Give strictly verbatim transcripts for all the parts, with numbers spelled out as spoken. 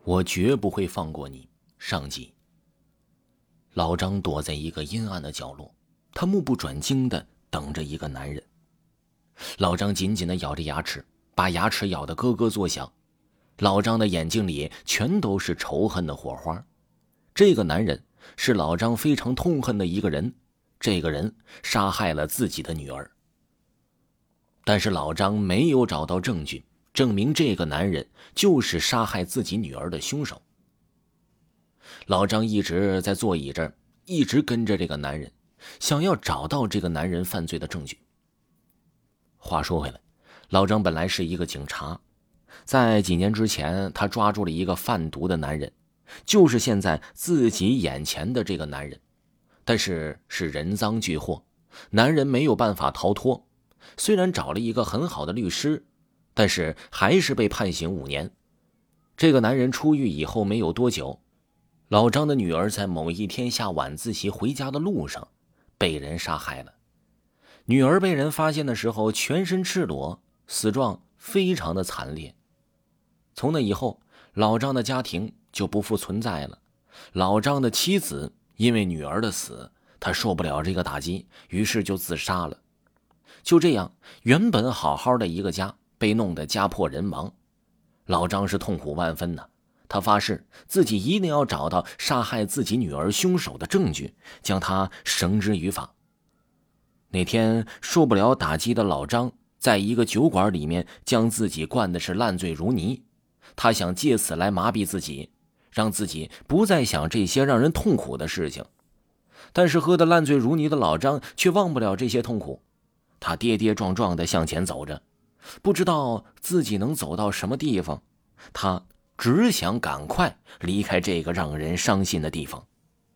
我绝不会放过你。上集。老张躲在一个阴暗的角落，他目不转睛地等着一个男人。老张紧紧地咬着牙齿，把牙齿咬得咯咯作响。老张的眼睛里全都是仇恨的火花。这个男人是老张非常痛恨的一个人，这个人杀害了自己的女儿。但是老张没有找到证据证明这个男人就是杀害自己女儿的凶手。老张一直在座椅这儿，一直跟着这个男人，想要找到这个男人犯罪的证据。话说回来，老张本来是一个警察，在几年之前他抓住了一个贩毒的男人，就是现在自己眼前的这个男人。但是是人赃俱获，男人没有办法逃脱，虽然找了一个很好的律师，但是还是被判刑五年。这个男人出狱以后没有多久，老张的女儿在某一天下晚自习回家的路上被人杀害了。女儿被人发现的时候全身赤裸，死状非常的惨烈。从那以后，老张的家庭就不复存在了。老张的妻子因为女儿的死，她受不了这个打击，于是就自杀了。就这样，原本好好的一个家被弄得家破人亡。老张是痛苦万分呐，他发誓自己一定要找到杀害自己女儿凶手的证据，将他绳之于法。那天受不了打击的老张在一个酒馆里面将自己灌的是烂醉如泥，他想借此来麻痹自己，让自己不再想这些让人痛苦的事情。但是喝得烂醉如泥的老张却忘不了这些痛苦，他跌跌撞撞地向前走着，不知道自己能走到什么地方，他只想赶快离开这个让人伤心的地方。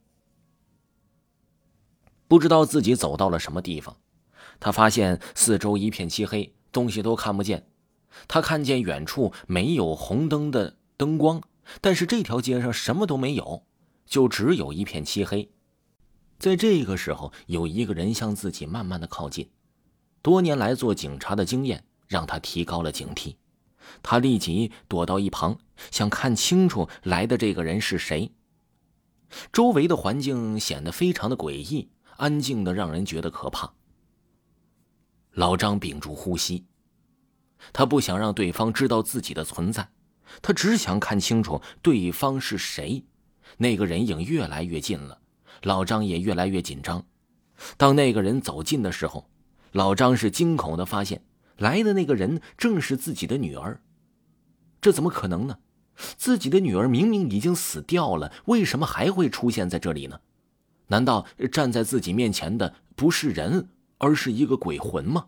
不知道自己走到了什么地方，他发现四周一片漆黑，东西都看不见。他看见远处没有红灯的灯光，但是这条街上什么都没有，就只有一片漆黑。在这个时候，有一个人向自己慢慢的靠近。多年来做警察的经验让他提高了警惕，他立即躲到一旁，想看清楚来的这个人是谁。周围的环境显得非常的诡异，安静的让人觉得可怕。老张屏住呼吸，他不想让对方知道自己的存在，他只想看清楚对方是谁。那个人影越来越近了，老张也越来越紧张。当那个人走近的时候，老张是惊恐地发现来的那个人正是自己的女儿。这怎么可能呢？自己的女儿明明已经死掉了，为什么还会出现在这里呢？难道站在自己面前的不是人，而是一个鬼魂吗？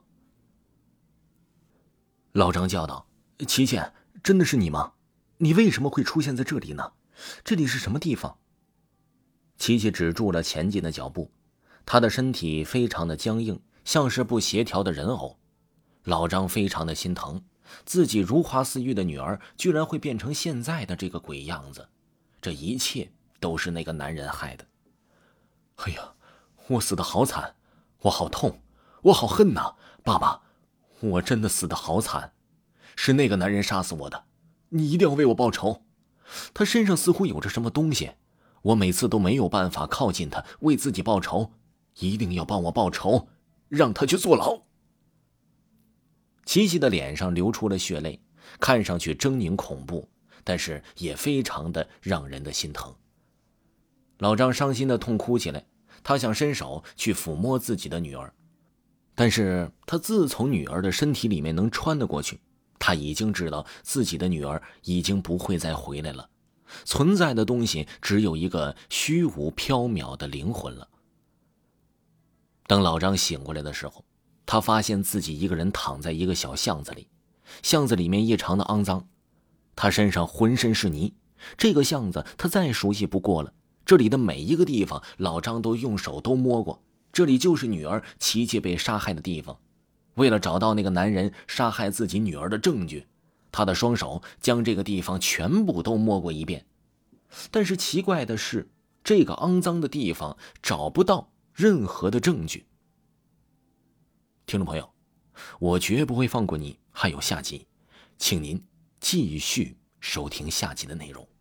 老张叫道：琪琪，真的是你吗？你为什么会出现在这里呢？这里是什么地方？琪琪止住了前进的脚步，他的身体非常的僵硬，像是不协调的人偶。老张非常的心疼，自己如花似玉的女儿居然会变成现在的这个鬼样子，这一切都是那个男人害的。哎呀，我死得好惨，我好痛，我好恨呐！爸爸，我真的死得好惨，是那个男人杀死我的，你一定要为我报仇。他身上似乎有着什么东西，我每次都没有办法靠近他，为自己报仇，一定要帮我报仇，让他去坐牢。琪琪的脸上流出了血泪，看上去狰狞恐怖，但是也非常的让人的心疼。老张伤心的痛哭起来，他想伸手去抚摸自己的女儿，但是他自从女儿的身体里面能穿得过去，他已经知道自己的女儿已经不会再回来了，存在的东西只有一个虚无缥缈的灵魂了。等老张醒过来的时候，他发现自己一个人躺在一个小巷子里，巷子里面异常的肮脏，他身上浑身是泥。这个巷子他再熟悉不过了，这里的每一个地方老张都用手都摸过，这里就是女儿琪琪被杀害的地方。为了找到那个男人杀害自己女儿的证据，他的双手将这个地方全部都摸过一遍。但是奇怪的是，这个肮脏的地方找不到任何的证据。听众朋友，我绝不会放过你，还有下集，请您继续收听下集的内容。